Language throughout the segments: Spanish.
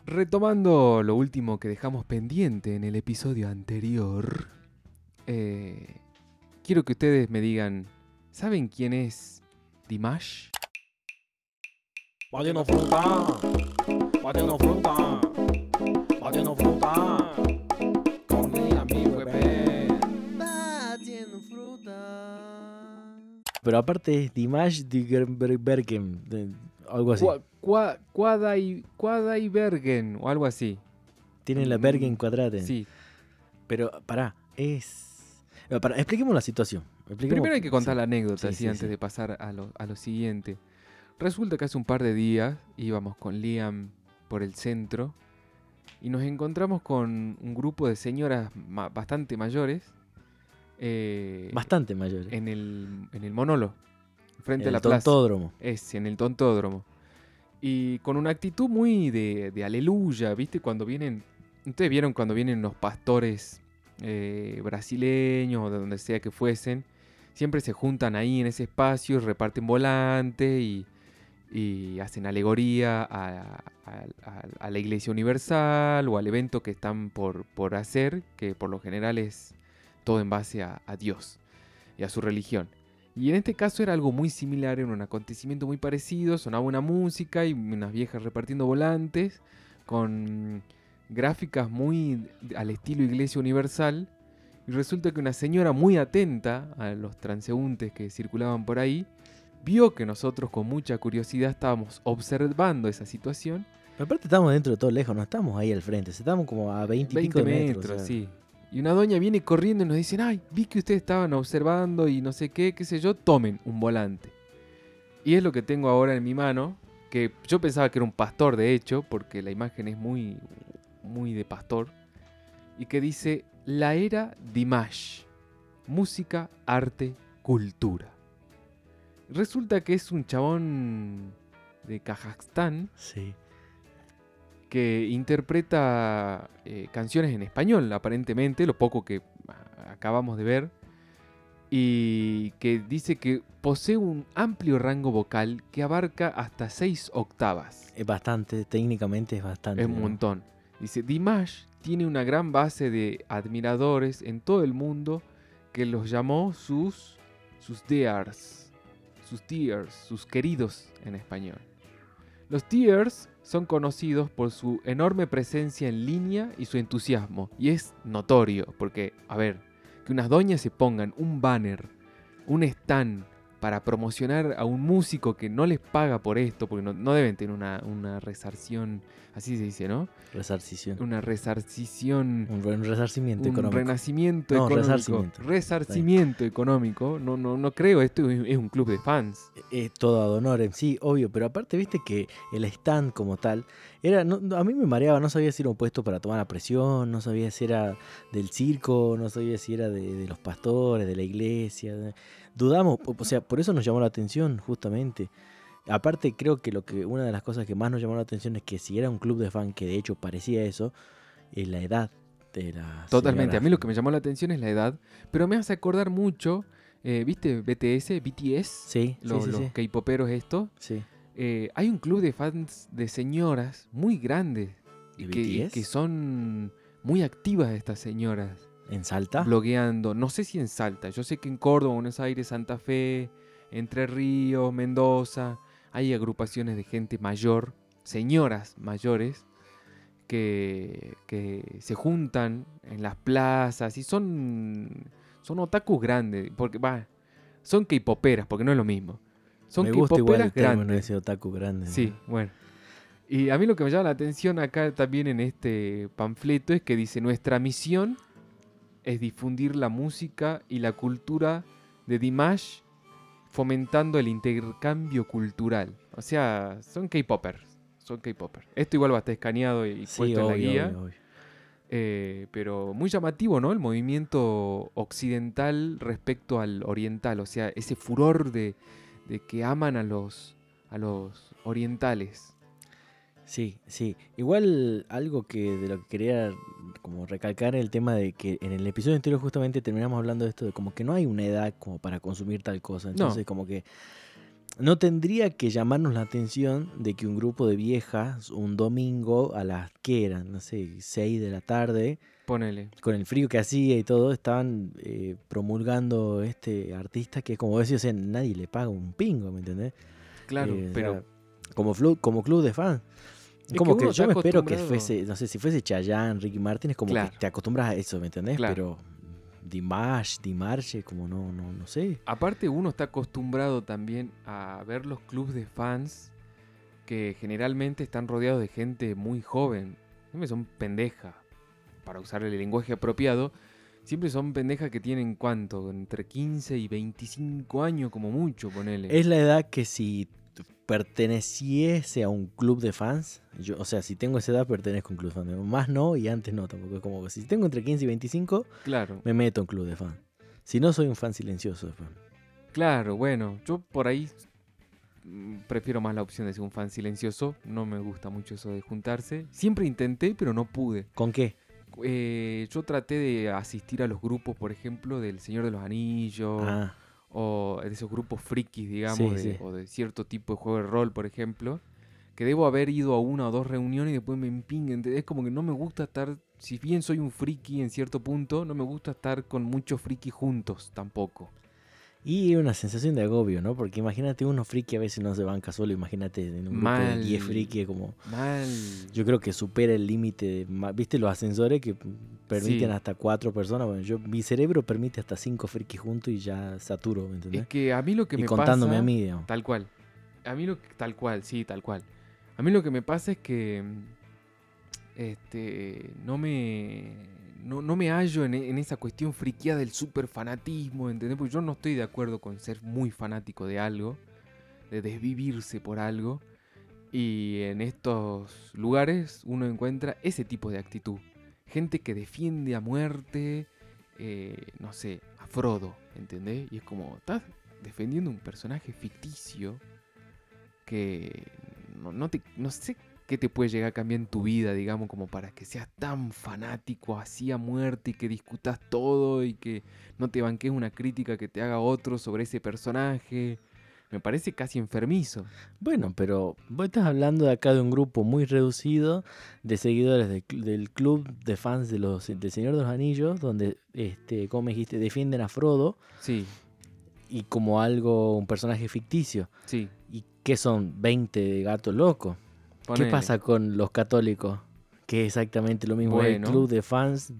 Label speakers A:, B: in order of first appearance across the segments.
A: Retomando lo último que dejamos pendiente en el episodio anterior, quiero que ustedes me digan, ¿saben quién es Dimash?
B: Batiendo fruta, batiendo fruta, batiendo fruta, con mi amigo Pepe. Batiendo fruta.
C: Pero aparte es Dimash Bergen, algo así.
A: Quadai Bergen o algo así.
C: Tienen la Bergen cuadrada.
A: Sí.
C: Pero pará, expliquemos la situación.
A: Primero hay que contar la anécdota,
C: Sí,
A: así
C: sí,
A: antes
C: sí.
A: de pasar a lo siguiente. Resulta que hace un par de días íbamos con Liam por el centro y nos encontramos con un grupo de señoras bastante mayores.
C: Bastante mayores.
A: En el Monolo, frente a
C: El
A: la plaza.
C: tontódromo.
A: En el tontódromo. Y con una actitud muy de aleluya, ¿viste? Cuando vienen. Ustedes vieron cuando vienen los pastores brasileños o de donde sea que fuesen. Siempre se juntan ahí en ese espacio, reparten volante y hacen alegoría a la Iglesia Universal o al evento que están por hacer, que por lo general es todo en base a Dios y a su religión. Y en este caso era algo muy similar, era un acontecimiento muy parecido, sonaba una música y unas viejas repartiendo volantes con gráficas muy al estilo Iglesia Universal. Y resulta que una señora muy atenta a los transeúntes que circulaban por ahí, vio que nosotros con mucha curiosidad estábamos observando esa situación.
C: Pero aparte estamos dentro de todo lejos, no estamos ahí al frente, estamos como a 20 y pico de metros. O sea.
A: Sí. Y una doña viene corriendo y nos dice, ay, vi que ustedes estaban observando y no sé qué sé yo, tomen un volante. Y es lo que tengo ahora en mi mano, que yo pensaba que era un pastor de hecho, porque la imagen es muy, muy de pastor, y que dice, la era Dimash, música, arte, cultura. Resulta que es un chabón de Kazajstán,
C: Sí.
A: que interpreta canciones en español, aparentemente, lo poco que acabamos de ver, y que dice que posee un amplio rango vocal que abarca hasta 6 octavas.
C: Es bastante, técnicamente es bastante.
A: Es un montón. Dice, Dimash tiene una gran base de admiradores en todo el mundo que los llamó sus dears, sus queridos en español. Los Tears son conocidos por su enorme presencia en línea y su entusiasmo. Y es notorio, porque, a ver, que unas doñas se pongan un banner, un stand para promocionar a un músico que no les paga por esto, porque no deben tener una resarción, así se dice, ¿no?
C: Resarcición.
A: Una resarcición...
C: Un resarcimiento
A: un
C: económico.
A: renacimiento
C: No,
A: económico. Resarcimiento económico. No creo, esto es un club de fans.
C: Es todo ad honorem, sí, obvio, pero aparte viste que el stand como tal era, a mí me mareaba, no sabía si era un puesto para tomar la presión, no sabía si era del circo, no sabía si era de los pastores, de la iglesia, dudamos, o sea, por eso nos llamó la atención justamente. Aparte creo que una de las cosas que más nos llamó la atención es que si era un club de fan, que de hecho parecía eso, es la edad de la
A: Totalmente,
C: señora.
A: a mí lo que me llamó la atención es la edad, pero me hace acordar mucho, ¿viste BTS?
C: Sí,
A: Los
C: sí.
A: K-poperos estos.
C: Sí.
A: Hay un club de fans de señoras muy grandes
C: ¿De
A: que
C: BTS?
A: son muy activas estas señoras.
C: ¿En Salta?
A: Blogueando, no sé si en Salta, yo sé que en Córdoba, Buenos Aires, Santa Fe, Entre Ríos, Mendoza, hay agrupaciones de gente mayor, señoras mayores, que se juntan en las plazas y son otakus grandes, porque son K-poperas, porque no es lo mismo. Son
C: Me gusta igual el
A: K-poperas
C: término
A: grandes.
C: ese otaku grande.
A: Sí,
C: ¿no?
A: bueno. Y a mí lo que me llama la atención acá también en este panfleto es que dice, nuestra misión es difundir la música y la cultura de Dimash, fomentando el intercambio cultural. O sea, son K-popers. Esto igual va a estar escaneado y
C: Sí,
A: puesto en la guía.
C: obvio.
A: Pero muy llamativo, ¿no? El movimiento occidental respecto al oriental. O sea, ese furor de que aman a los orientales.
C: Sí. Igual algo que de lo que quería como recalcar el tema de que en el episodio anterior justamente terminamos hablando de esto de como que no hay una edad como para consumir tal cosa. Entonces como que no tendría que llamarnos la atención de que un grupo de viejas un domingo a las que eran, no sé, 6 de la tarde,
A: Ponele.
C: con el frío que hacía y todo, estaban promulgando este artista que, como decía, o sea, nadie le paga un pingo, ¿me entendés?
A: Claro,
C: O sea,
A: pero
C: como club de fans.
A: es
C: Como
A: que
C: que
A: uno
C: yo
A: está
C: me espero que
A: acostumbrado.
C: fuese, no sé, si fuese Chayanne, Ricky Martin, es como
A: Claro.
C: que te acostumbras a eso, ¿me entendés?
A: Claro.
C: Pero Dimarche, como no sé.
A: Aparte uno está acostumbrado también a ver los clubes de fans que generalmente están rodeados de gente muy joven. Siempre son pendejas, para usar el lenguaje apropiado. Siempre son pendejas que tienen, ¿cuánto? Entre 15 y 25 años como mucho, ponele.
C: Es la edad que si perteneciese a un club de fans, yo, o sea, si tengo esa edad pertenezco a un club de fans. Más no y antes no tampoco. Es como que si tengo entre 15 y 25,
A: Claro,
C: me meto en club de fans. Si no, soy un fan silencioso después.
A: claro, bueno, yo por ahí prefiero más la opción de ser un fan silencioso. No me gusta mucho eso de juntarse. Siempre intenté, pero no pude.
C: ¿Con qué?
A: Yo traté de asistir a los grupos, por ejemplo, del Señor de los Anillos,
C: Ah,
A: o de esos grupos frikis, digamos,
C: Sí, sí.
A: o de cierto tipo de juego de rol, por ejemplo, que debo haber ido a una o dos reuniones y después me empinguen. Es como que no me gusta estar, si bien soy un friki en cierto punto, no me gusta estar con muchos frikis juntos tampoco.
C: y una sensación de agobio, ¿no? Porque imagínate, uno friki a veces no se banca solo, imagínate en un grupo de
A: Mal.
C: 10 friki, es como...
A: Mal.
C: Yo creo que supera el límite de... ¿Viste los ascensores que permiten
A: Sí.
C: hasta 4 personas? Bueno, mi cerebro permite hasta 5 frikis juntos y ya saturo, ¿me
A: Es
C: entendés?
A: que a mí lo que
C: Y
A: me
C: contándome
A: pasa...
C: a mí, digamos.
A: Tal cual. A mí tal cual, sí, tal cual. A mí lo que me pasa es que no me hallo en esa cuestión friqueada del super fanatismo, ¿entendés? Porque yo no estoy de acuerdo con ser muy fanático de algo, de desvivirse por algo. Y en estos lugares uno encuentra ese tipo de actitud. Gente que defiende a muerte, no sé, a Frodo, ¿entendés? Y es como, estás defendiendo un personaje ficticio que no sé qué te puede llegar a cambiar en tu vida, digamos, como para que seas tan fanático así a muerte y que discutas todo y que no te banques una crítica que te haga otro sobre ese personaje. Me parece casi enfermizo.
C: Bueno, pero vos estás hablando de acá de un grupo muy reducido de seguidores del club de fans del Señor de los Anillos, donde, como dijiste, defienden a Frodo
A: Sí,
C: y como algo, un personaje ficticio.
A: sí.
C: ¿Y qué son? 20 gatos locos. ¿Qué
A: Ponele.
C: pasa con los católicos? Que es exactamente lo mismo. Es el
A: Bueno.
C: club de fans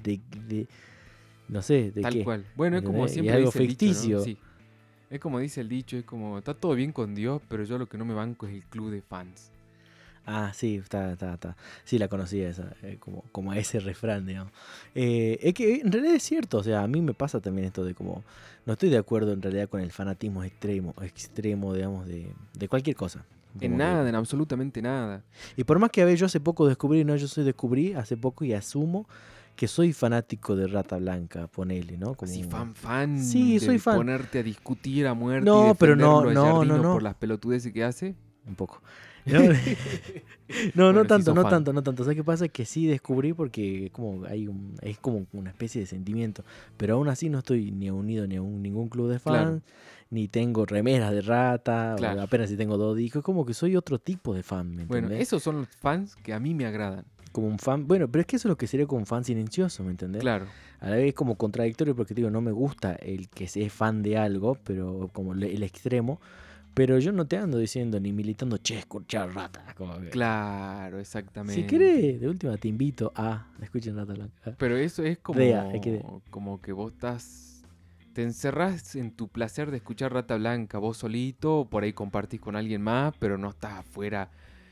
C: no sé, ¿de
A: Tal
C: qué?
A: cual. Bueno, es como
C: ¿Entendés? Y
A: siempre
C: algo
A: dice el dicho, ¿no?
C: ficticio.
A: Sí. Es como dice el dicho, es como, está todo bien con Dios, pero yo lo que no me banco es el club de fans.
C: Ah, sí, está. Sí, la conocía esa, como a ese refrán, digamos. Es que en realidad es cierto, o sea, a mí me pasa también esto de como, no estoy de acuerdo en realidad con el fanatismo extremo, digamos, de cualquier cosa.
A: En
C: Como
A: nada,
C: que-
A: en absolutamente nada.
C: Y por más que a ver, yo hace poco descubrí hace poco y asumo que soy fanático de Rata Blanca, ponele, ¿no? Como
A: Así fan
C: Sí,
A: de
C: soy fan.
A: ponerte a discutir a muerte
C: No,
A: y
C: pero no,
A: defenderlo a
C: no,
A: Giardino
C: no.
A: por las pelotudeces que hace.
C: Un poco. No, no,
A: Bueno,
C: no
A: sí
C: tanto,
A: sos
C: no
A: fan.
C: tanto, no tanto. ¿Sabes qué pasa? Que sí descubrí porque es como una especie de sentimiento. Pero aún así no estoy ni unido ni a ningún club de fans,
A: Claro.
C: ni tengo remeras de Rata,
A: Claro.
C: o apenas si tengo 2 discos. Es como que soy otro tipo de fan, ¿me
A: Bueno,
C: entendés?
A: esos son los fans que a mí me agradan.
C: Como un fan. Bueno, pero es que eso es lo que sería como un fan silencioso, ¿me entendés?
A: Claro.
C: A la vez es como contradictorio porque te digo, no me gusta el que es fan de algo, pero como el extremo. Pero yo no te ando diciendo ni militando, che, escuchar Rata. Como que,
A: Claro, exactamente.
C: si querés, de última te invito a escuchen Rata Blanca.
A: Pero eso es como,
C: Vea, hay que-
A: como que vos te encerrás en tu placer de escuchar Rata Blanca vos solito, por ahí compartís con alguien más, pero no estás afuera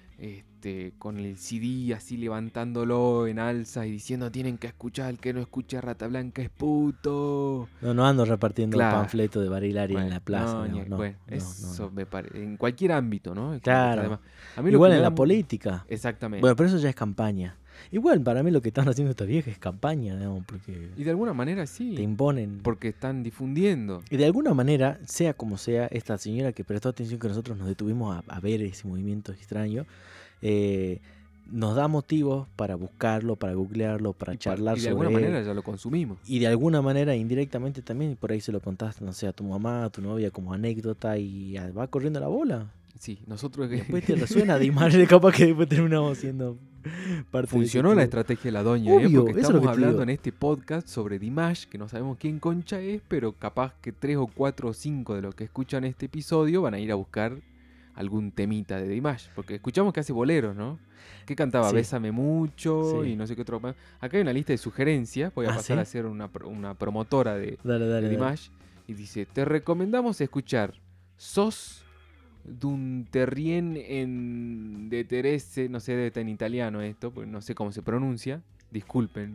A: con el CD así levantándolo en alza y diciendo tienen que escuchar, el que no escucha Rata Blanca es puto.
C: No ando repartiendo
A: Claro.
C: panfletos de Barilari en
A: Bueno,
C: la plaza.
A: no,
C: digamos, no,
A: bueno,
C: no,
A: eso
C: no.
A: me parece, en cualquier ámbito, ¿no? Es como que
C: Claro.
A: además- a mí lo
C: Igual
A: que me
C: en
A: da
C: la política.
A: Exactamente.
C: Bueno, pero eso ya es campaña. Igual para mí lo que están haciendo estas viejas es campaña, digamos, porque
A: Y de alguna manera sí,
C: te imponen.
A: porque están difundiendo.
C: Y de alguna manera, sea como sea, esta señora que prestó atención que nosotros nos detuvimos a ver ese movimiento extraño, nos da motivos para buscarlo, para googlearlo, para charlar
A: y de
C: sobre
A: alguna
C: él.
A: manera ya lo consumimos.
C: Y de alguna manera, indirectamente también, por ahí se lo contaste, no sé, a tu mamá, a tu novia como anécdota y va corriendo la bola.
A: Sí, nosotros
C: Y después te resuena de imagen, capaz que después terminamos siendo parte
A: funcionó
C: de
A: la
C: ese club.
A: estrategia de la doña,
C: Obvio,
A: porque
C: eso es lo
A: estamos
C: que te
A: hablando
C: digo.
A: en este podcast sobre Dimash, que no sabemos quién concha es, pero capaz que 3 o 4 o 5 de los que escuchan este episodio van a ir a buscar algún temita de Dimash, porque escuchamos que hace boleros, ¿no? Que cantaba
C: Sí.
A: Bésame mucho
C: Sí.
A: y no sé qué otro más. Acá hay una lista de sugerencias, voy a
C: ¿Ah,
A: pasar
C: sí?
A: a ser una promotora de
C: Dale.
A: Dimash, y dice, te recomendamos escuchar Sos d'un terrien en de Terese, no sé, debe estar en italiano esto, porque no sé cómo se pronuncia, disculpen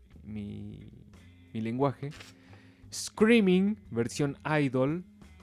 A: mi lenguaje. Screaming, versión Idol,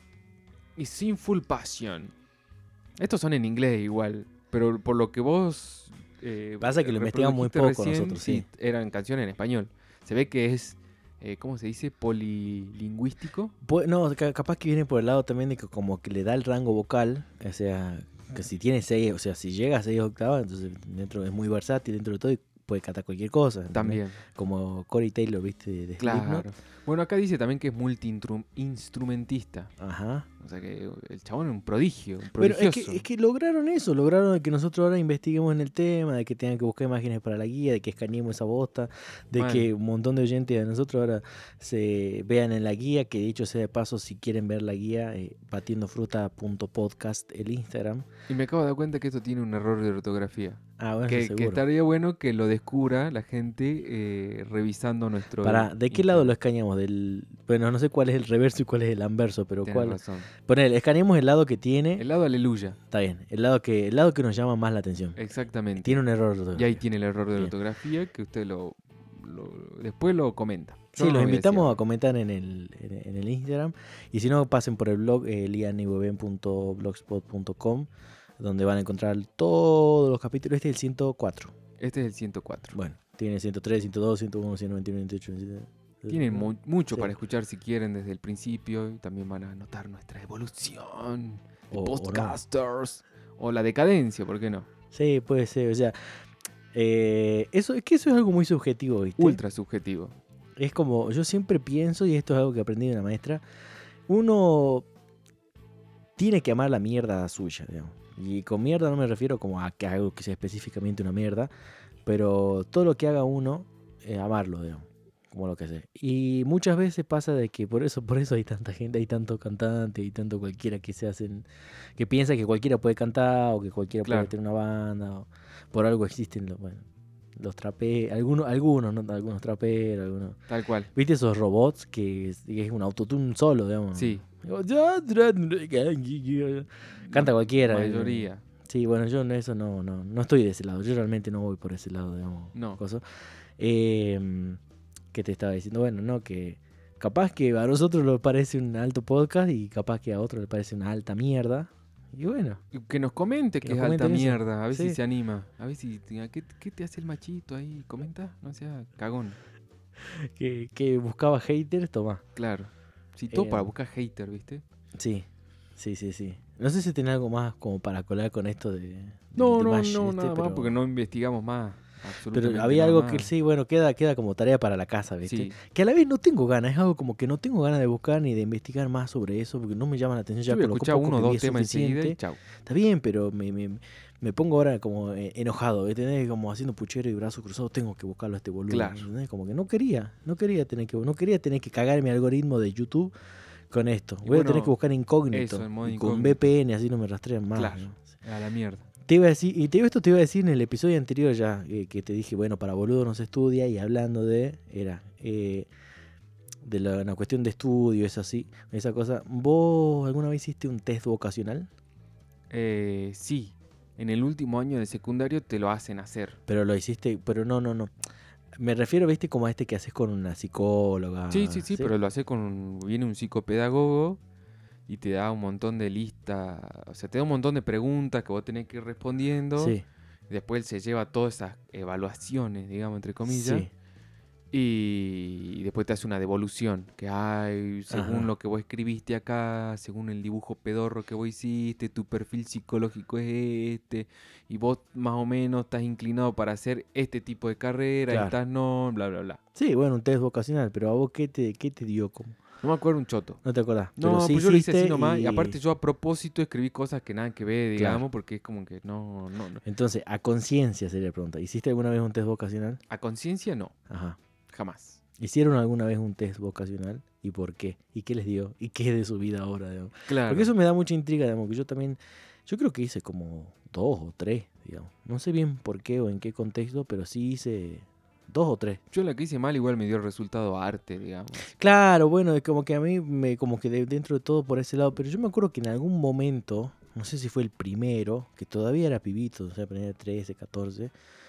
A: y Sinful Passion. Estos son en inglés igual, pero por lo que vos
C: Pasa que lo investigamos muy
A: reprodujiste
C: poco nosotros, sí.
A: eran canciones en español. Se ve que es, ¿cómo se dice? Polilingüístico.
C: No, capaz que viene por el lado también de que como que le da el rango vocal, o sea, que si tiene 6, o sea, si llega a 6 octavas, entonces dentro es muy versátil dentro de todo y puede cantar cualquier cosa. ¿entendés?
A: También.
C: Como Corey Taylor, ¿viste? De Slipknot.
A: Claro. Bueno, acá dice también que es multi-instrumentista.
C: Ajá.
A: O sea que el chabón es un prodigio, un
C: Pero
A: prodigioso.
C: es que lograron eso, lograron que nosotros ahora investiguemos en el tema, de que tengan que buscar imágenes para la guía, de que escaneemos esa bosta, de
A: Mal.
C: que un montón de oyentes de nosotros ahora se vean en la guía, que dicho sea de paso, si quieren ver la guía, batiendofruta.podcast, el Instagram.
A: Y me acabo de dar cuenta que esto tiene un error de ortografía.
C: Ah, bueno,
A: Que
C: seguro.
A: estaría bueno que lo descubra la gente revisando nuestro...
C: ¿De qué lado lo escaneamos? Bueno, no sé cuál es el reverso y cuál es el anverso, pero
A: Tienes
C: cuál.
A: razón.
C: Ponele, escaneemos el lado que tiene.
A: El lado aleluya,
C: Está bien, el lado que nos llama más la atención.
A: exactamente.
C: Tiene un error.
A: Y ahí tiene el error de
C: Bien.
A: ortografía que usted después lo comenta.
C: Sí,
A: Yo no
C: los
A: voy a
C: invitamos a
A: decir.
C: comentar en el Instagram. Y si no, pasen por el blog lianiweben.blogspot.com, donde van a encontrar todos los capítulos. Este es el 104.
A: Este es el 104.
C: Bueno, tiene 103, 102, 101, 191, 128, 129.
A: Tienen mucho
C: Sí.
A: para escuchar si quieren desde el principio. Y también van a notar nuestra evolución de
C: O no.
A: podcasters. O la decadencia, ¿por qué no?
C: Sí, puede ser. O sea, eso es algo muy subjetivo, ¿viste?
A: Ultra subjetivo.
C: Es como, yo siempre pienso, y esto es algo que aprendí de una maestra, uno tiene que amar la mierda suya, digamos. Y con mierda no me refiero como a que algo que sea específicamente una mierda, pero todo lo que haga uno, amarlo, digamos, como lo que sea. Y muchas veces pasa de que por eso hay tanta gente, hay tanto cantante y tanto cualquiera que se hacen, que piensa que cualquiera puede cantar o que cualquiera
A: Claro.
C: puede tener una banda, o por algo existen los traperos, algunos traperos, algunos.
A: Tal cual.
C: ¿Viste esos robots que es un autotune solo, digamos?
A: Sí.
C: Canta cualquiera.
A: Mayoría.
C: Sí, bueno, yo en eso no estoy de ese lado. Yo realmente no voy por ese lado, digamos.
A: No.
C: Coso. ¿Qué te estaba diciendo? Bueno, no, que capaz que a nosotros nos parece un alto podcast y capaz que a otros les parece una alta mierda. Y bueno,
A: Que nos comente
C: Que
A: que
C: nos
A: es alta
C: comenten eso.
A: mierda. A ver si
C: Sí.
A: se anima. A ver si... ¿Qué te hace el machito ahí? ¿Comenta? No sea cagón.
C: que buscaba haters, toma.
A: Claro. Si todo para
C: Eh,
A: buscar hater, ¿viste?
C: Sí. No sé si tiene algo más como para colar con esto de
A: No,
C: Dimash,
A: nada
C: pero,
A: más porque no investigamos más.
C: pero
A: Absolutamente
C: había
A: nada
C: algo
A: más.
C: que sí, bueno, queda como tarea para la casa, ¿viste?
A: Sí.
C: Que a la vez no tengo ganas, es algo como que no tengo ganas de buscar ni de investigar más sobre eso, porque no me llama la atención.
A: Yo
C: Ya
A: voy a
C: con lo
A: escuchar
C: poco
A: uno o
C: que vi
A: dos
C: es
A: temas enseguida y
C: suficiente.
A: chau.
C: Está bien, pero me pongo ahora como enojado, ¿entendés? Como haciendo puchero y brazos cruzados, tengo que buscarlo a este boludo.
A: Claro.
C: ¿Entendés? Como que no quería tener que cagar mi algoritmo de YouTube con esto.
A: Y
C: Voy a
A: bueno,
C: tener que buscar incógnito.
A: eso, en modo
C: y con
A: incógnito.
C: VPN, así no me rastrean más.
A: Claro.
C: ¿no?
A: A la mierda.
C: Te iba a decir, esto te iba a decir en el episodio anterior ya, que te dije, bueno, para boludo no se estudia, y hablando de una cuestión de estudio, es así, esa cosa. ¿Vos alguna vez hiciste un test vocacional?
A: Sí. En el último año del secundario te lo hacen hacer.
C: Pero lo hiciste, pero no. Me refiero, viste, como a este que haces con una psicóloga.
A: Sí, pero lo hace viene un psicopedagogo y te da un montón de listas, o sea, te da un montón de preguntas que vos tenés que ir respondiendo.
C: Sí,
A: Después él se lleva todas esas evaluaciones, digamos, entre comillas.
C: sí.
A: Y después te hace una devolución, que según
C: Ajá.
A: lo que vos escribiste acá, según el dibujo pedorro que vos hiciste, tu perfil psicológico es este, y vos más o menos estás inclinado para hacer este tipo de carrera,
C: Claro.
A: estás no, bla, bla, bla.
C: Sí, bueno, un test vocacional, pero a vos qué te dio como.
A: No me acuerdo un choto.
C: No te acordás. Pero
A: No,
C: sí
A: pues yo lo hice así
C: hiciste
A: nomás, y
C: y.
A: aparte yo a propósito escribí cosas que nada que ver,
C: Claro.
A: digamos, porque es como que no.
C: Entonces, a conciencia sería la pregunta. ¿Hiciste alguna vez un test vocacional?
A: A conciencia no,
C: Ajá.
A: jamás.
C: ¿Hicieron alguna vez un test vocacional? ¿Y por qué? ¿Y qué les dio? ¿Y qué es de su vida ahora? Digamos?
A: Claro.
C: Porque eso me da mucha intriga, digamos, que yo también, yo creo que hice como 2 o 3, digamos. No sé bien por qué o en qué contexto, pero sí hice 2 o 3.
A: Yo la que hice mal igual me dio el resultado arte, digamos.
C: Claro, bueno, es como que a mí como que dentro de todo por ese lado, pero yo me acuerdo que en algún momento, no sé si fue el primero, que todavía era pibito, o sea, tenía 13, 14,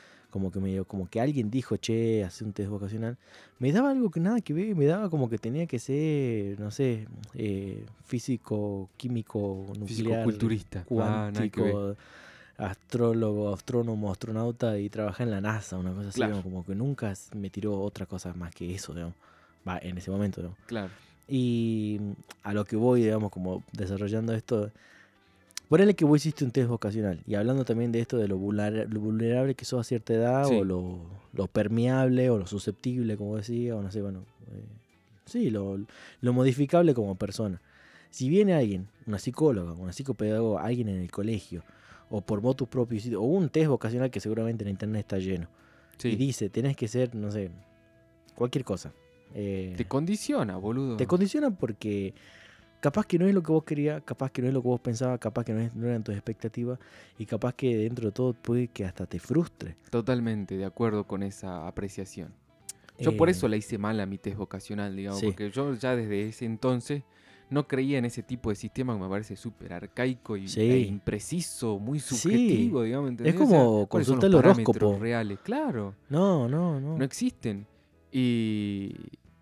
C: como que alguien dijo, che, hace un test vocacional, me daba algo que nada que ver, me daba como que tenía que ser, no sé, físico, químico, nuclear,
A: Físico-culturista. Nada que ver.
C: cuántico, astrólogo, astrónomo, astronauta y trabajar en la NASA, una cosa así,
A: Claro.
C: digamos, como que nunca me tiró otra cosa más que eso, digamos. Va, en ese momento, digamos.
A: Claro.
C: Y a lo que voy, digamos, como desarrollando esto, ponele que vos hiciste un test vocacional y hablando también de esto de lo vulnerable que sos a cierta edad
A: Sí.
C: o lo permeable o lo susceptible, como decía, o no sé, bueno, sí, lo modificable como persona. Si viene alguien, una psicóloga, una psicopedagoga, alguien en el colegio, o por motus propios, o un test vocacional que seguramente en internet está lleno, y
A: Sí.
C: dice, tenés que ser, no sé, cualquier cosa.
A: Te condiciona, boludo.
C: Te condiciona porque capaz que no es lo que vos querías, capaz que no es lo que vos pensabas, capaz que no eran tus expectativas y capaz que dentro de todo puede que hasta te frustre.
A: Totalmente de acuerdo con esa apreciación. Yo por eso la hice mal a mi test vocacional, digamos,
C: sí.
A: porque yo ya desde ese entonces no creía en ese tipo de sistema que me parece súper arcaico y,
C: Sí.
A: e impreciso, muy
C: Sí.
A: subjetivo, digamos, ¿entendés?
C: Es como
A: ¿cuáles son
C: consultar
A: los
C: el
A: parámetros
C: horóscopo.
A: reales? Claro,
C: No.
A: no existen. Y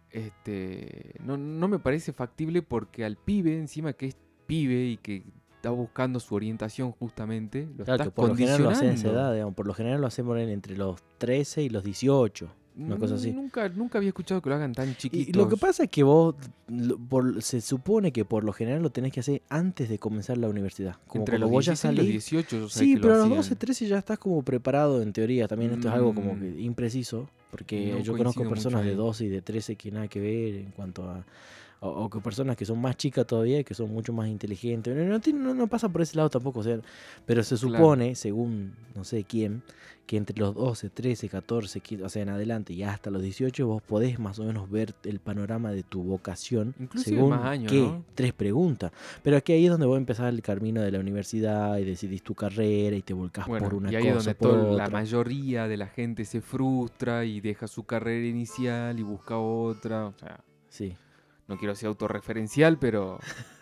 A: no me parece factible porque al pibe, encima que es pibe y que está buscando su orientación justamente, lo
C: Claro,
A: estás
C: que por lo general lo hacen a esa
A: condicionando.
C: edad, digamos, por lo general lo hacemos entre los 13 y los 18, una cosa así.
A: Nunca había escuchado que lo hagan tan chiquitos.
C: Y lo que pasa es que vos, se supone que por lo general lo tenés que hacer antes de comenzar la universidad. Como
A: entre
C: cuando
A: los
C: vos ya
A: 16 y los
C: salís.
A: 18 yo sabía
C: Sí,
A: que
C: pero a
A: lo
C: los
A: hacían.
C: 12, 13 ya estás como preparado en teoría. También esto es algo como
A: Mm.
C: que impreciso, porque
A: No
C: yo conozco
A: coincido
C: personas
A: mucho
C: de
A: ahí.
C: 12 y de 13 que nada que ver en cuanto a... O que personas que son más chicas todavía y que son mucho más inteligentes. No pasa por ese lado tampoco, o sea, pero se
A: Claro.
C: supone, según no sé quién, que entre los 12, 13, 14, 15, o sea, en adelante y hasta los 18 vos podés más o menos ver el panorama de tu vocación
A: Inclusive
C: según
A: más años,
C: qué,
A: ¿no? 3
C: preguntas. Pero aquí ahí es donde vos empezás el camino de la universidad y decidís tu carrera y te volcás
A: Bueno,
C: por una
A: y ahí es
C: cosa
A: donde
C: por
A: la
C: otra.
A: mayoría de la gente se frustra y deja su carrera inicial y busca otra. O sea,
C: Sí.
A: no quiero ser autorreferencial, pero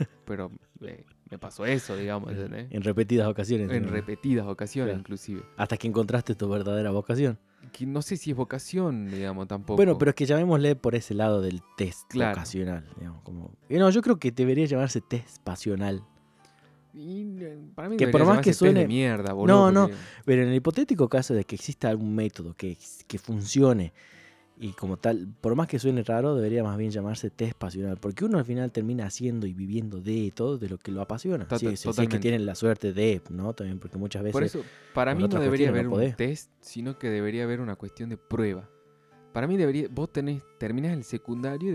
A: me pasó eso, digamos, ¿entendés?
C: En repetidas ocasiones.
A: En
C: ¿no?
A: repetidas ocasiones,
C: Claro.
A: inclusive.
C: Hasta que encontraste tu verdadera vocación.
A: Que no sé si es vocación, digamos, tampoco.
C: Bueno, pero es que llamémosle por ese lado del test
A: Claro.
C: vocacional. Digamos, como... No, yo creo que debería llamarse test pasional.
A: Y, para mí
C: Que
A: debería
C: por más
A: llamarse
C: que
A: test de
C: suene-
A: mierda, boludo.
C: No,
A: porque-
C: Pero en el hipotético caso de que exista algún método que funcione y como tal, por más que suene raro, debería más bien llamarse test pasional. Porque uno al final termina haciendo y viviendo de todo de lo que lo apasiona. Si es que
A: Totalmente.
C: tienen la suerte de, ¿no? También porque muchas veces...
A: Por eso, para
C: con
A: mí no
C: otras
A: debería
C: cuestiones
A: haber
C: no
A: un
C: podés.
A: test, sino que debería haber una cuestión de prueba. Para mí vos terminás el secundario y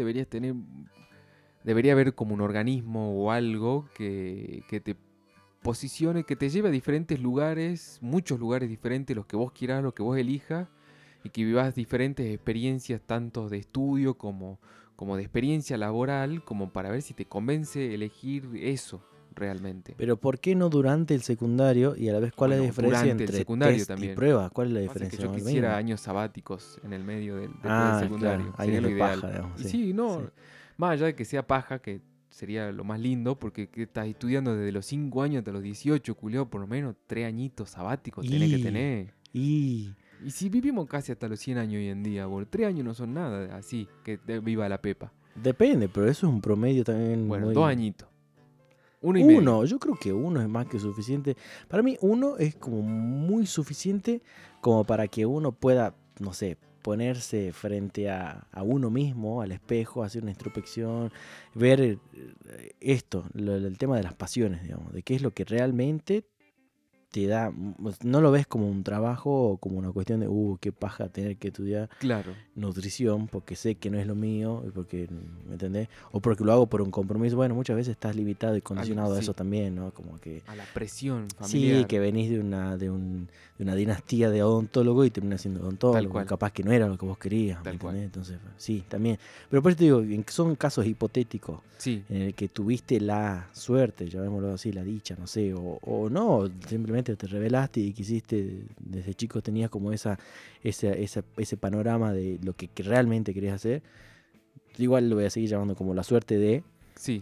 A: debería haber como un organismo o algo que te posicione, que te lleve a diferentes lugares, muchos lugares diferentes, los que vos quieras, los que vos elijas, y que vivas diferentes experiencias, tanto de estudio como de experiencia laboral, como para ver si te convence elegir eso realmente.
C: Pero ¿por qué no durante el secundario y a la vez cuál es la
A: Bueno,
C: diferencia
A: durante el
C: entre
A: secundario
C: test
A: también.
C: y prueba? ¿Cuál es la
A: Pasa que
C: diferencia?
A: yo
C: Más o
A: quisiera
C: menos.
A: años sabáticos en el medio después
C: Ah,
A: del secundario.
C: claro,
A: Sería
C: años
A: lo
C: de
A: ideal.
C: paja, digamos,
A: Y
C: sí,
A: sí, no,
C: sí.
A: más allá de que sea paja, que sería lo más lindo, porque que estás estudiando desde los 5 años hasta los 18, culiao, por lo menos 3 añitos sabáticos tenés que
C: Y-
A: tener.
C: Y
A: Y si vivimos casi hasta los 100 años hoy en día, boludo, 3 años no son nada así, que viva la pepa.
C: depende, pero eso es un promedio también
A: Bueno,
C: muy...
A: 2 añitos. 1 y medio.
C: Uno, yo creo que uno es más que suficiente. Para mí uno es como muy suficiente como para que uno pueda, no sé, ponerse frente a uno mismo, al espejo, hacer una introspección, ver esto, el tema de las pasiones, digamos, de qué es lo que realmente te da. No lo ves como un trabajo o como una cuestión de, qué paja tener que estudiar
A: Claro,
C: nutrición porque sé que no es lo mío, y porque, ¿me entendés? O porque lo hago por un compromiso. Bueno, muchas veces estás limitado y condicionado a
A: sí.
C: eso también, ¿no? Como que
A: a la presión familiar.
C: sí, que venís de una dinastía de odontólogo y terminás siendo
A: Tal
C: odontólogo,
A: cual.
C: capaz que no era lo que vos querías, ¿me
A: Tal cual.
C: entendés? Entonces, sí, también. Pero por eso te digo, son casos hipotéticos
A: Sí,
C: en el que tuviste la suerte, llamémoslo así, la dicha, no sé, o no, simplemente te revelaste y quisiste, desde chico tenías como ese panorama de lo que realmente querías hacer. Igual lo voy a seguir llamando como la suerte de,
A: sí,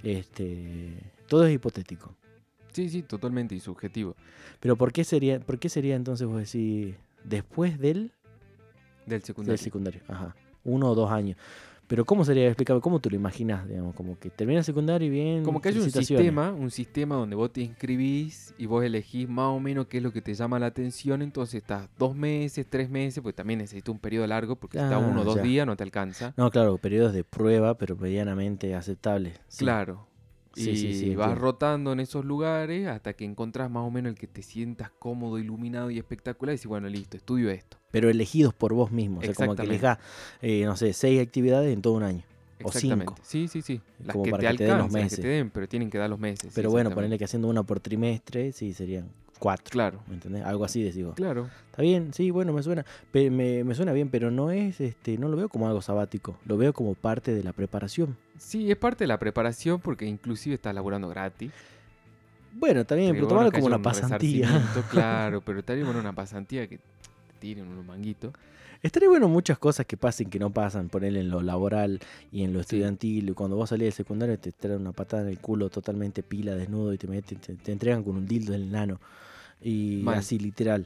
C: todo es hipotético.
A: sí, totalmente y subjetivo.
C: Pero ¿por qué sería entonces vos decís después del
A: Del secundario.
C: secundario? Ajá, 1 o 2 años. Pero ¿cómo sería? Explícame, ¿cómo te lo imaginas? Digamos, como que termina el secundario y bien.
A: Como que hay un
C: felicitaciones.
A: sistema donde vos te inscribís y vos elegís más o menos qué es lo que te llama la atención, entonces estás 2 meses, 3 meses, pues también necesitas un periodo largo, porque si estás 1 o 2
C: ya.
A: días no te alcanza.
C: No, claro, periodos de prueba, pero medianamente aceptables. Sí.
A: Claro.
C: Sí,
A: Y
C: sí,
A: vas
C: entiendo.
A: rotando en esos lugares hasta que encontrás más o menos el que te sientas cómodo, iluminado y espectacular y decís, bueno, listo, estudio esto.
C: Pero elegidos por vos mismo. O sea, como que
A: Exactamente.
C: elijas, no sé, 6 actividades en todo un año. O
A: Exactamente.
C: 5.
A: Sí. Las
C: Como
A: que
C: para
A: te
C: que te den los
A: alcancen, las que
C: meses.
A: te den, pero tienen que dar los meses.
C: Pero
A: sí,
C: bueno,
A: exactamente.
C: ponerle que haciendo una por trimestre, sí, serían 4.
A: Claro,
C: ¿Me entendés? Algo así decís vos.
A: claro.
C: Está bien, sí, bueno, me suena. Me suena bien, pero no es, no lo veo como algo sabático. Lo veo como parte de la preparación.
A: Sí, es parte de la preparación porque inclusive estás laburando gratis.
C: Bueno, también,
A: Estaría
C: pero
A: bueno
C: tomarlo
A: que
C: como
A: haya
C: una
A: un
C: pasantía.
A: resarcimiento, claro, pero estaría bueno una pasantía que te tiren unos manguitos.
C: Estaría bueno muchas cosas que pasen que no pasan, ponerle en lo laboral y en lo
A: Sí.
C: estudiantil. Y cuando vos salís del secundario te traen una patada en el culo totalmente pila, desnudo, y te entregan con un dildo del nano. Y
A: Mal.
C: así, literal.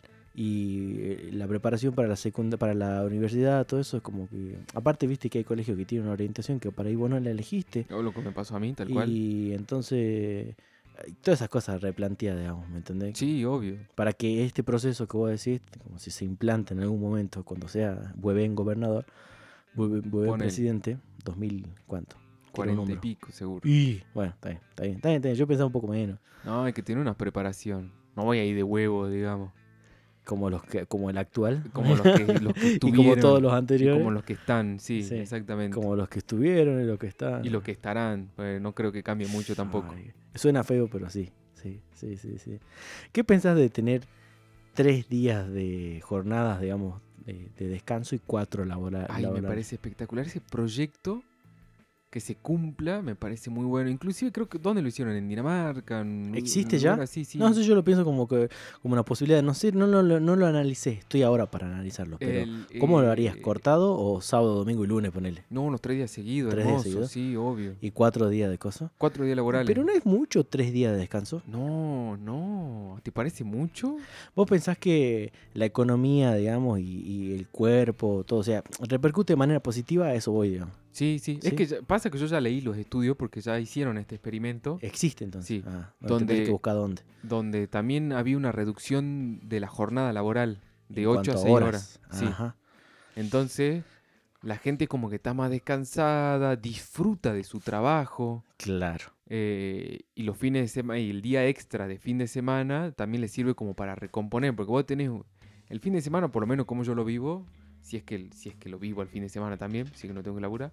C: Y la preparación para para la universidad, todo eso es como que... Aparte, viste que hay colegios que tienen una orientación que para ahí vos no la elegiste.
A: O lo que me pasó a mí, tal cual.
C: Y entonces... todas esas cosas replanteadas, digamos, ¿me entendés?
A: Sí, obvio.
C: Para que este proceso que vos decís, como si se implanta en algún momento, cuando sea Bueben gobernador, Bueben
A: Ponele.
C: presidente, 2000, ¿cuánto? Tira
A: 40
C: un
A: y
C: número.
A: pico, seguro.
C: Y bueno, está bien. Yo pensaba un poco menos.
A: No, hay que tener una preparación. No voy a ir de huevo, digamos.
C: Como el actual.
A: Como los que
C: Y
A: estuvieron.
C: como todos los
A: Y
C: anteriores.
A: como los que están, sí,
C: Sí.
A: exactamente.
C: Como los que estuvieron y los que están.
A: Y los que estarán. Pues no creo que cambie mucho tampoco.
C: Ay, suena feo, pero sí. Sí. ¿Qué pensás de tener 3 días de jornadas, digamos, de descanso y 4
A: Ay,
C: laborales?
A: me parece espectacular ese proyecto. Que se cumpla, me parece muy bueno. Inclusive creo que, ¿dónde lo hicieron? ¿En Dinamarca?
C: ¿Existe
A: un
C: ya?
A: lugar así, sí.
C: No, eso yo lo pienso como una posibilidad. No sé, no lo analicé. Estoy ahora para analizarlo. Pero, ¿cómo lo harías? ¿Cortado o sábado, domingo y lunes, ponele?
A: No, unos 3 días seguidos,
C: 3 días
A: hermoso,
C: seguidos.
A: sí, obvio.
C: ¿Y 4 días de cosas?
A: 4 días laborales.
C: Pero no es mucho 3 días de descanso.
A: No, ¿te parece mucho?
C: ¿Vos pensás que la economía, digamos, y el cuerpo, todo, o sea, repercute de manera positiva? A eso voy, digamos.
A: Sí.
C: ¿Sí?
A: Es que pasa que yo ya leí los estudios porque ya hicieron este experimento
C: Existe entonces.
A: Sí.
C: Ah,
A: Donde-
C: tendré que buscar dónde.
A: donde también había una reducción de la jornada laboral de
C: En
A: 8 a
C: cuanto
A: 6 horas. Sí.
C: Ajá.
A: Entonces, la gente como que está más descansada, disfruta de su trabajo.
C: Claro.
A: Y los fines de semana y el día extra de fin de semana también le sirve como para recomponer, porque vos tenés el fin de semana, por lo menos como yo lo vivo, si es que lo vivo el fin de semana también, si es que no tengo que laburar,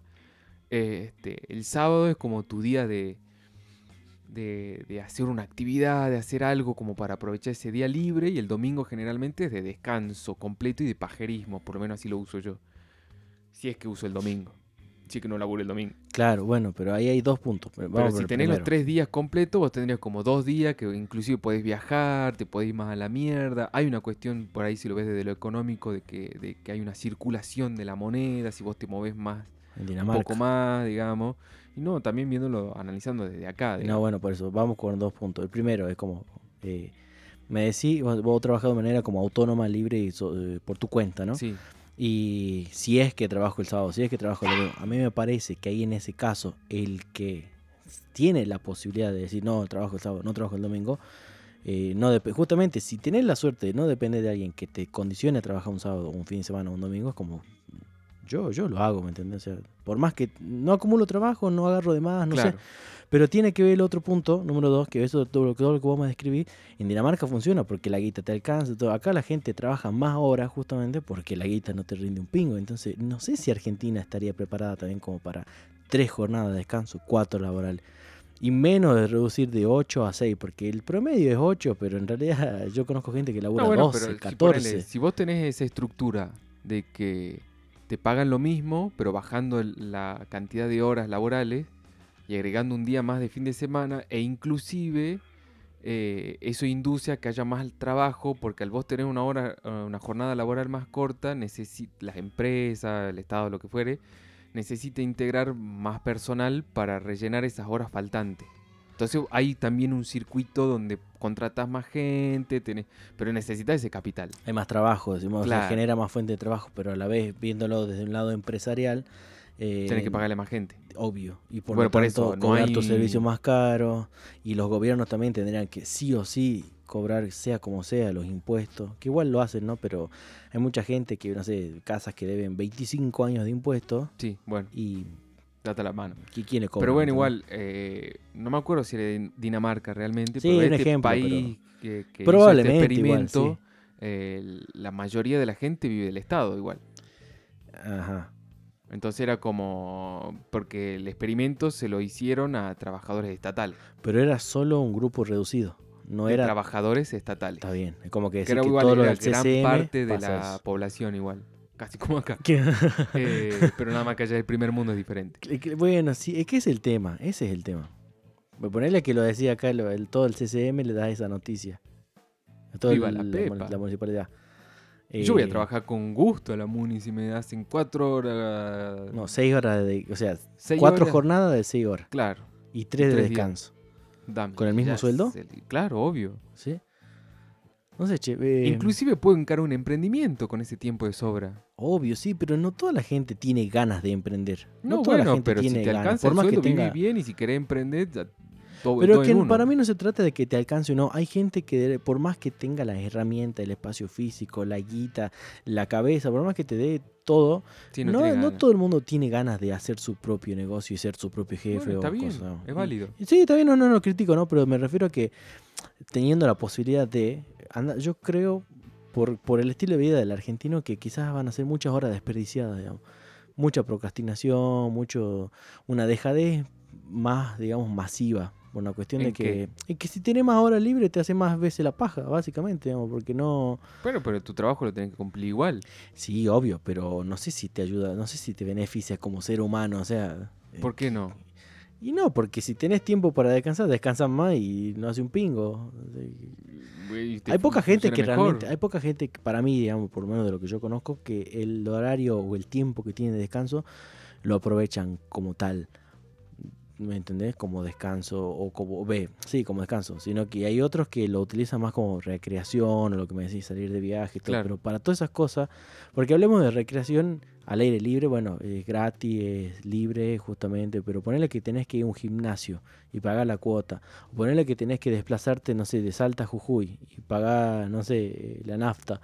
A: el sábado es como tu día de hacer una actividad, de hacer algo como para aprovechar ese día libre, y el domingo generalmente es de descanso completo y de pajerismo, por lo menos así lo uso yo, si es que uso el domingo. Sí que no laburo el domingo.
C: Claro, bueno, pero ahí hay 2 puntos. Vamos
A: Pero
C: por
A: si
C: el
A: tenés los
C: primero.
A: 3 días completos, vos tendrías como 2 días que inclusive podés viajar, te podés ir más a la mierda. Hay una cuestión por ahí, si lo ves desde lo económico, de que hay una circulación de la moneda, si vos te movés más,
C: En
A: un
C: Dinamarca.
A: poco más, digamos. Y no, también viéndolo, analizando desde acá,
C: No,
A: digamos.
C: bueno, por eso, vamos con 2 puntos. El primero es como, me decís, vos trabajás de manera como autónoma, libre y por tu cuenta, ¿no?
A: Sí,
C: Y si es que trabajo el sábado, si es que trabajo el domingo, a mí me parece que ahí en ese caso, el que tiene la posibilidad de decir, no, trabajo el sábado, no trabajo el domingo, justamente si tenés la suerte de no depender de alguien que te condicione a trabajar un sábado, un fin de semana o un domingo, es como Yo lo hago, ¿me entendés? O sea, por más que no acumulo trabajo, no agarro de más, no sé.
A: Claro.
C: Pero tiene que ver el otro punto, número 2, que eso todo lo que vos me describís, en Dinamarca funciona porque la guita te alcanza, todo. Acá la gente trabaja más horas justamente porque la guita no te rinde un pingo. Entonces, no sé si Argentina estaría preparada también como para 3 jornadas de descanso, 4 laborales. Y menos de reducir de 8 a 6, porque el promedio es 8, pero en realidad yo conozco gente que labura
A: No, bueno,
C: 12,
A: pero si,
C: 14.
A: ponele, si vos tenés esa estructura de que te pagan lo mismo, pero bajando la cantidad de horas laborales y agregando un día más de fin de semana, e inclusive eso induce a que haya más trabajo, porque al vos tener una jornada laboral más corta, las empresas, el Estado, lo que fuere, necesita integrar más personal para rellenar esas horas faltantes. Entonces hay también un circuito donde contratas más gente, pero necesitas ese capital.
C: Hay más trabajo, decimos, o sea,
A: Claro.
C: genera más fuente de trabajo, pero a la vez, viéndolo desde un lado empresarial,
A: Tienes que pagarle más gente.
C: obvio, y por
A: Bueno,
C: lo
A: por
C: tanto
A: eso, no
C: cobrar
A: hay-
C: tus servicios más caros, y los gobiernos también tendrían que sí o sí cobrar, sea como sea, los impuestos, que igual lo hacen, ¿no? Pero hay mucha gente que, no sé, casas que deben 25 años de impuestos,
A: Sí, bueno,
C: y
A: date la mano.
C: ¿quién le cobra?
A: Pero bueno,
C: ¿entendés?
A: igual, no me acuerdo si era de Dinamarca realmente,
C: Sí,
A: pero
C: un
A: este
C: ejemplo,
A: país que hizo este
C: probablemente igual,
A: experimento,
C: sí.
A: la mayoría de la gente vive del Estado igual.
C: Ajá.
A: Entonces era como, porque el experimento se lo hicieron a trabajadores estatales,
C: Pero era solo un grupo reducido, no
A: de
C: era...
A: trabajadores estatales.
C: Está bien, es como que
A: Que
C: decir
A: era
C: que
A: igual,
C: todo lo
A: era
C: del
A: gran
C: CCM
A: parte de
C: pasa
A: la
C: eso.
A: población igual, casi como acá.
C: Que-
A: Pero nada más que allá el primer mundo es diferente.
C: Bueno, sí, es que es el tema, ese es el tema. Ponerle que lo decía acá, todo el CCM le da esa noticia. Todo
A: Viva la Pepa.
C: la municipalidad.
A: Yo voy a
C: Eh,
A: trabajar con gusto a la Muni si me hacen 4 horas.
C: No, 6 horas o sea,
A: 6
C: 4
A: horas.
C: jornadas de 6 horas.
A: Claro,
C: Y 3 de
A: 3 días.
C: descanso.
A: Dame.
C: ¿Con el
A: Y
C: mismo
A: ya
C: sueldo?
A: Claro, obvio.
C: ¿Sí? No sé, che.
A: Inclusive puedo encarar un emprendimiento con ese tiempo de sobra.
C: Obvio, sí, pero no toda la gente tiene ganas de emprender.
A: No,
C: toda la
A: bueno,
C: gente
A: pero si
C: tiene
A: te
C: ganas.
A: alcanza
C: Por
A: el
C: más que
A: sueldo,
C: tenga...
A: vivís bien, y si querés emprender, ya,
C: Pero
A: todo
C: que
A: en uno.
C: para mí no se trata de que te alcance o no. Hay gente que por más que tenga las herramientas, el espacio físico, la guita, la cabeza, por más que te dé todo,
A: Sí, no
C: no,
A: tiene
C: no
A: ganas.
C: todo el mundo tiene ganas de hacer su propio negocio y ser su propio jefe
A: Bueno, está
C: o
A: bien,
C: cosas.
A: es válido.
C: Sí, está bien, no critico, ¿no? Pero me refiero a que teniendo la posibilidad de... yo creo, por el estilo de vida del argentino, que quizás van a ser muchas horas desperdiciadas, digamos. Mucha procrastinación, una dejadez más, digamos, masiva. Por una cuestión de
A: ¿En qué?
C: que si tienes más horas libres te hace más veces la paja, básicamente, digamos, porque no...
A: Bueno, pero tu trabajo lo tenés que cumplir igual.
C: Sí, obvio, pero no sé si te ayuda, no sé si te beneficia como ser humano, o sea...
A: ¿Por qué no?
C: Y no, porque si tenés tiempo para descansar, descansas más y no hace un pingo. Hay poca gente que realmente, hay poca gente que, para mí, digamos, por lo menos de lo que yo conozco, que el horario o el tiempo que tienen de descanso lo aprovechan como tal. ¿Me entendés? Como descanso o como sí, como descanso, sino que hay otros que lo utilizan más como recreación o lo que me decís, salir de viaje y todo,
A: Claro.
C: pero para todas esas cosas, porque hablemos de recreación al aire libre, bueno, es gratis, es libre justamente, pero ponerle que tenés que ir a un gimnasio y pagar la cuota, o ponerle que tenés que desplazarte, no sé, de Salta a Jujuy y pagar, no sé, la nafta,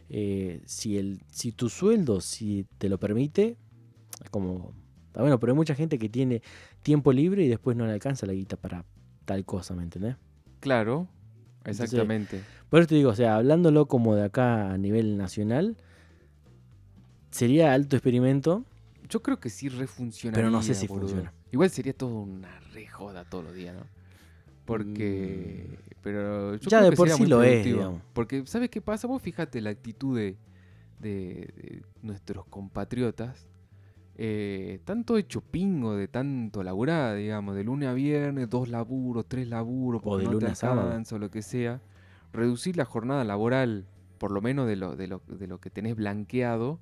C: si tu sueldo, si te lo permite, es como... Está bueno, pero hay mucha gente que tiene tiempo libre y después no le alcanza la guita para tal cosa, ¿me entendés?
A: Claro,
C: Entonces,
A: exactamente.
C: por eso te digo, o sea, hablándolo como de acá a nivel nacional, sería alto experimento,
A: Yo creo que sí refuncionaría.
C: pero no sé si
A: boludo.
C: funciona.
A: Igual sería todo una re joda todos los días, ¿no? Porque... Pero yo
C: Ya
A: creo
C: de
A: que
C: por
A: sería
C: sí
A: muy
C: lo es,
A: productivo.
C: digamos.
A: Porque, ¿sabes qué pasa? Vos fíjate la actitud de nuestros compatriotas. Están todo hecho pingo de tanto laburar, digamos, de lunes a viernes, 2 laburos, 3 laburos, porque
C: de
A: no te
C: lunes a sábado.
A: alcanza o lo que sea. Reducir la jornada laboral, por lo menos de lo que tenés blanqueado,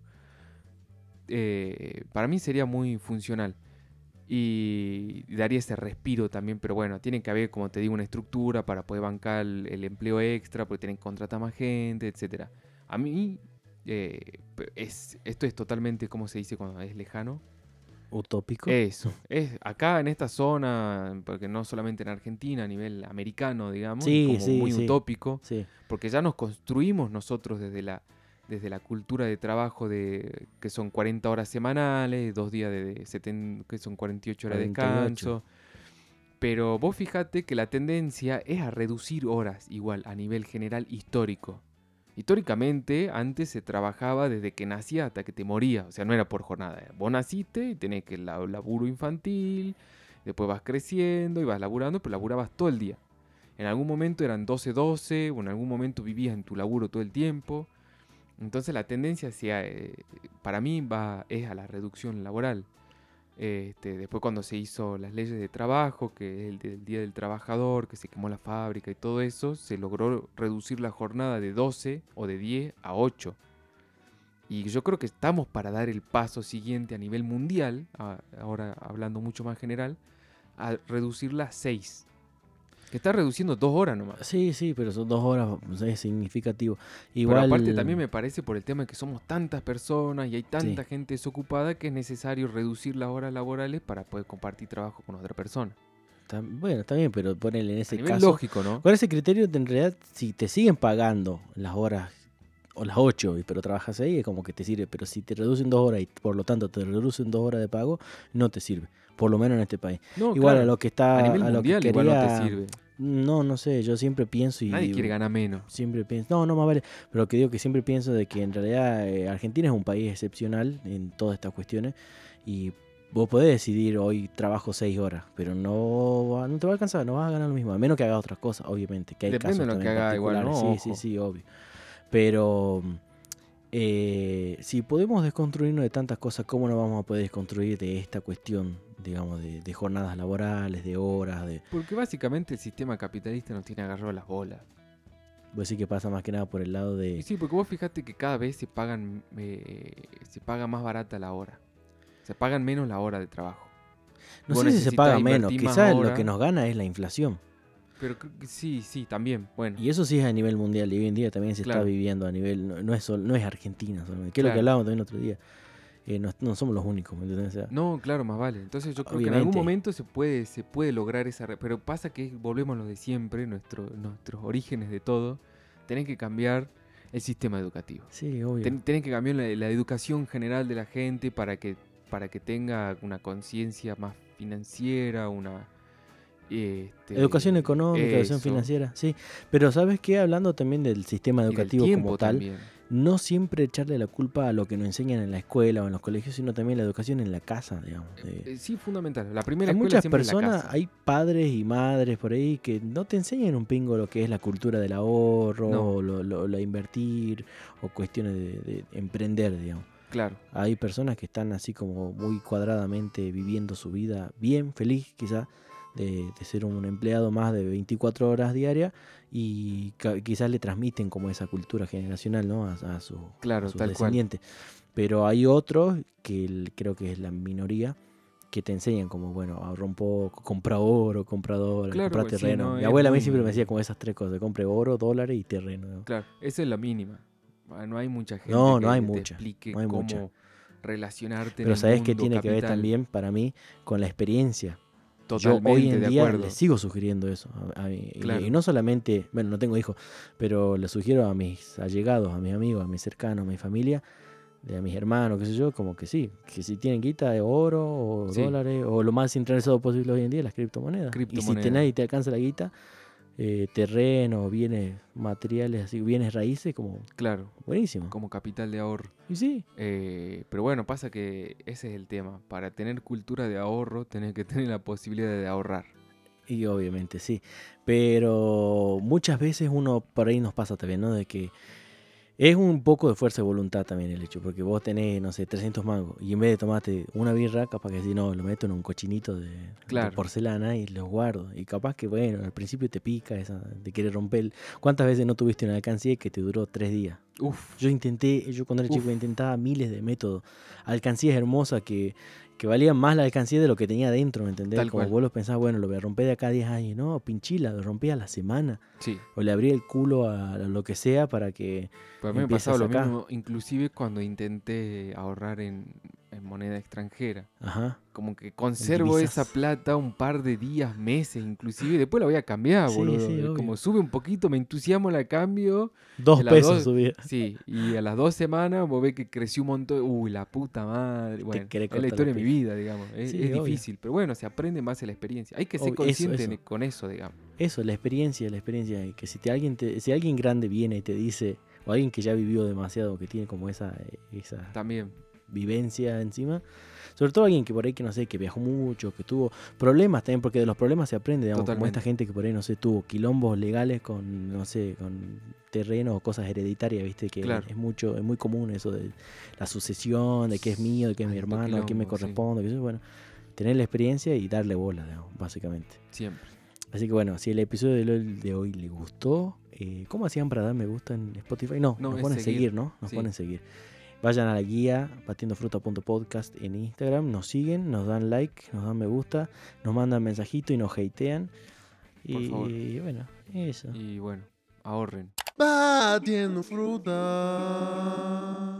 A: para mí sería muy funcional. Y daría ese respiro también, pero bueno, tiene que haber, como te digo, una estructura para poder bancar el empleo extra, porque tienen que contratar más gente, etcétera. A mí, esto es totalmente, ¿cómo se dice cuando es lejano?
C: Utópico.
A: Eso, es acá en esta zona, porque no solamente en Argentina, a nivel americano, digamos,
C: Sí,
A: como
C: sí,
A: muy
C: sí.
A: utópico,
C: Sí.
A: porque ya nos construimos nosotros desde desde la cultura de trabajo que son 40 horas semanales, 2 días que son 48 horas de
C: 48.
A: descanso. Pero vos fijate que la tendencia es a reducir horas igual a nivel general histórico. Históricamente antes se trabajaba desde que nacías hasta que te morías, o sea, no era por jornada. Vos naciste y tenés que el laburo infantil, después vas creciendo y vas laburando, pero laburabas todo el día. En algún momento eran 12-12, o en algún momento vivías en tu laburo todo el tiempo. Entonces la tendencia para mí es a la reducción laboral. Después cuando se hizo las leyes de trabajo, que es el del Día del Trabajador, que se quemó la fábrica y todo eso, se logró reducir la jornada de 12 o de 10 a 8. Y yo creo que estamos para dar el paso siguiente a nivel mundial, ahora hablando mucho más general, a reducirla a 6. Que está reduciendo 2 horas nomás.
C: Sí, pero son 2 horas, es significativo.
A: Pero
C: Igual,
A: aparte también me parece por el tema de que somos tantas personas y hay tanta gente desocupada que es necesario reducir las horas laborales para poder compartir trabajo con otra persona.
C: bueno, está bien, pero ponele en
A: A
C: ese
A: nivel
C: caso.
A: lógico, ¿no?
C: Con ese criterio, en realidad, si te siguen pagando las horas o las 8, pero trabajas ahí, es como que te sirve. Pero si te reducen 2 horas y por lo tanto te reducen 2 horas de pago, no te sirve. Por lo menos en este país.
A: No,
C: Igual
A: claro,
C: a lo que está.
A: a nivel
C: a lo que
A: mundial igual no te
C: quería-
A: sirve.
C: No sé, yo siempre pienso y.
A: Nadie quiere ganar menos.
C: Siempre pienso, no más vale, pero que digo que siempre pienso de que en realidad Argentina es un país excepcional en todas estas cuestiones y vos podés decidir hoy trabajo 6 horas, pero no te va a alcanzar, no vas a ganar lo mismo, a menos que hagas otras cosas, obviamente, que hay
A: Depende
C: casos
A: de lo que
C: también
A: haga igual,
C: particulares,
A: ¿no?
C: sí, obvio, pero si podemos desconstruirnos de tantas cosas, ¿cómo no vamos a poder desconstruir de esta cuestión, digamos, de jornadas laborales, de horas, de...
A: Porque básicamente el sistema capitalista nos tiene agarrado las bolas.
C: Vos decís que pasa más que nada por el lado
A: Y
C: de...
A: sí, porque vos fijate que cada vez se paga más barata la hora. Se pagan menos la hora de trabajo.
C: No
A: Vos
C: sé si se paga
A: necesitas
C: menos,
A: invertir más
C: quizás lo
A: horas.
C: que nos gana es la inflación.
A: Pero creo que sí, también. Bueno,
C: Y eso sí es a nivel mundial y hoy en día también se está
A: Claro.
C: viviendo a nivel, no es Argentina solamente, que es lo que
A: Claro.
C: hablábamos también otro día. No somos los únicos, ¿me entendés? O sea,
A: no, claro, más vale. Entonces yo creo que en algún
C: Obviamente.
A: momento se puede lograr pero pasa que volvemos a lo de siempre, nuestros orígenes de todo. Tenés que cambiar el sistema educativo.
C: sí, obvio.
A: Tenés que cambiar la educación general de la gente para que tenga una conciencia más financiera, una...
C: Educación económica, educación
A: eso.
C: financiera, sí. Pero ¿sabes qué? Hablando también del sistema
A: Y del
C: educativo
A: tiempo
C: como tal,
A: también.
C: no siempre echarle la culpa a lo que nos enseñan en la escuela o en los colegios, sino también la educación en la casa, digamos.
A: Sí, fundamental. La primera
C: Hay
A: escuela
C: muchas
A: siempre es la
C: personas,
A: casa.
C: hay padres y madres por ahí que no te enseñan un pingo lo que es la cultura del ahorro,
A: No.
C: o lo invertir, o cuestiones de emprender, digamos.
A: Claro.
C: Hay personas que están así como muy cuadradamente viviendo su vida bien, feliz quizás, de ser un empleado más de 24 horas diarias y quizás le transmiten como esa cultura generacional, ¿no? a sus
A: Claro,
C: sus
A: tal cual.
C: descendientes. Pero hay otros, que creo que es la minoría, que te enseñan como, bueno, ahorra un poco, compra oro, compra dólares,
A: Claro,
C: compra
A: pues sí,
C: terreno.
A: no,
C: Mi
A: es
C: abuela a mí
A: muy-
C: siempre me decía como esas 3 cosas, compre oro, dólares y terreno, ¿no?
A: Claro, esa es la mínima. No hay mucha gente
C: No,
A: que
C: no hay
A: te
C: mucha,
A: explique
C: no hay
A: cómo
C: mucha.
A: relacionarte en
C: Pero
A: el
C: ¿sabes qué
A: mundo
C: tiene que ver
A: capital.
C: también para mí con la experiencia?
A: Totalmente
C: Yo hoy en
A: de
C: día
A: acuerdo.
C: le sigo sugiriendo eso a mí.
A: Claro.
C: Y no solamente, bueno, no tengo hijos, pero le sugiero a mis allegados, a mis amigos, a mis cercanos, a mi familia, a mis hermanos, qué sé yo, como que sí, que si tienen guita de oro o
A: Sí.
C: dólares o lo más centralizado posible hoy en día, las criptomonedas. Y si
A: Criptomonedas.
C: tenés y te alcanza la guita, terreno, bienes materiales, así, bienes raíces, como
A: Claro,
C: buenísimo.
A: como capital de ahorro.
C: Y sí,
A: Pero bueno, pasa que ese es el tema. Para tener cultura de ahorro, tenés que tener la posibilidad de ahorrar.
C: y obviamente sí. Pero muchas veces uno, por ahí nos pasa también, ¿no? De que es un poco de fuerza de voluntad también el hecho, porque vos tenés, no sé, 300 mangos y en vez de tomarte una birra, capaz que si no, lo meto en un cochinito de
A: Claro.
C: porcelana y los guardo. Y capaz que, bueno, al principio te pica esa, te quiere romper. ¿Cuántas veces no tuviste una alcancía que te duró 3 días?
A: Uf,
C: Yo cuando era chico
A: Uf.
C: intentaba miles de métodos. Alcancías hermosas que valían más la alcancía de lo que tenía dentro, ¿me entendés?
A: Tal
C: Como
A: cual.
C: vos lo pensás, bueno, lo voy a romper de acá a 10 años. No, pinchila, lo rompí a la semana.
A: sí.
C: O le abrí el culo a lo que sea para que...
A: Pero a mí me
C: Empiezas
A: pasaba lo
C: acá.
A: mismo, inclusive cuando intenté ahorrar en en moneda extranjera.
C: Ajá.
A: Como que conservo
C: divisas.
A: esa plata un par de días, meses inclusive, y después la voy a cambiar,
C: Sí,
A: boludo.
C: sí,
A: Y
C: obvio.
A: como sube un poquito, me entusiasmo, la cambio.
C: 2
A: de las
C: pesos
A: dos-
C: subía.
A: Sí, y a las 2 semanas vos ves que creció un montón. Uy, la puta madre. Bueno,
C: querés
A: es la
C: cortar
A: historia de
C: los
A: mi
C: pelos.
A: vida, digamos. Es
C: Sí, obvio.
A: difícil, pero bueno, se aprende en base a la experiencia. Hay que ser
C: Obvio,
A: consciente
C: eso.
A: con eso, digamos.
C: Eso, la experiencia, y que si alguien grande viene y te dice, o alguien que ya vivió demasiado, que tiene como esa
A: También,
C: vivencia encima, sobre todo alguien que por ahí que no sé, que viajó mucho, que tuvo problemas también, porque de los problemas se aprende, digamos, como
A: Totalmente.
C: esta gente que por ahí no sé, tuvo quilombos legales con, no sé, con terrenos o cosas hereditarias, viste, que
A: Claro.
C: es muy común eso de la sucesión, de qué es mío, de qué es mi
A: Alto
C: hermano, de qué me
A: quilombo, sí.
C: corresponde, que eso, bueno, tener la experiencia y darle bola, digamos, básicamente.
A: siempre.
C: Así que bueno, si el episodio de LOL de hoy le gustó, ¿cómo hacían para dar me gusta en Spotify? No,
A: No,
C: nos
A: es
C: ponen
A: seguir.
C: seguir, ¿no? Nos
A: Sí.
C: ponen seguir. Vayan a la guía batiendofruta.podcast en Instagram, nos siguen, nos dan like, nos dan me gusta, nos mandan mensajito y nos hatean.
A: Por favor.
C: Y bueno, eso.
A: Y bueno, ahorren.
B: Batiendo fruta.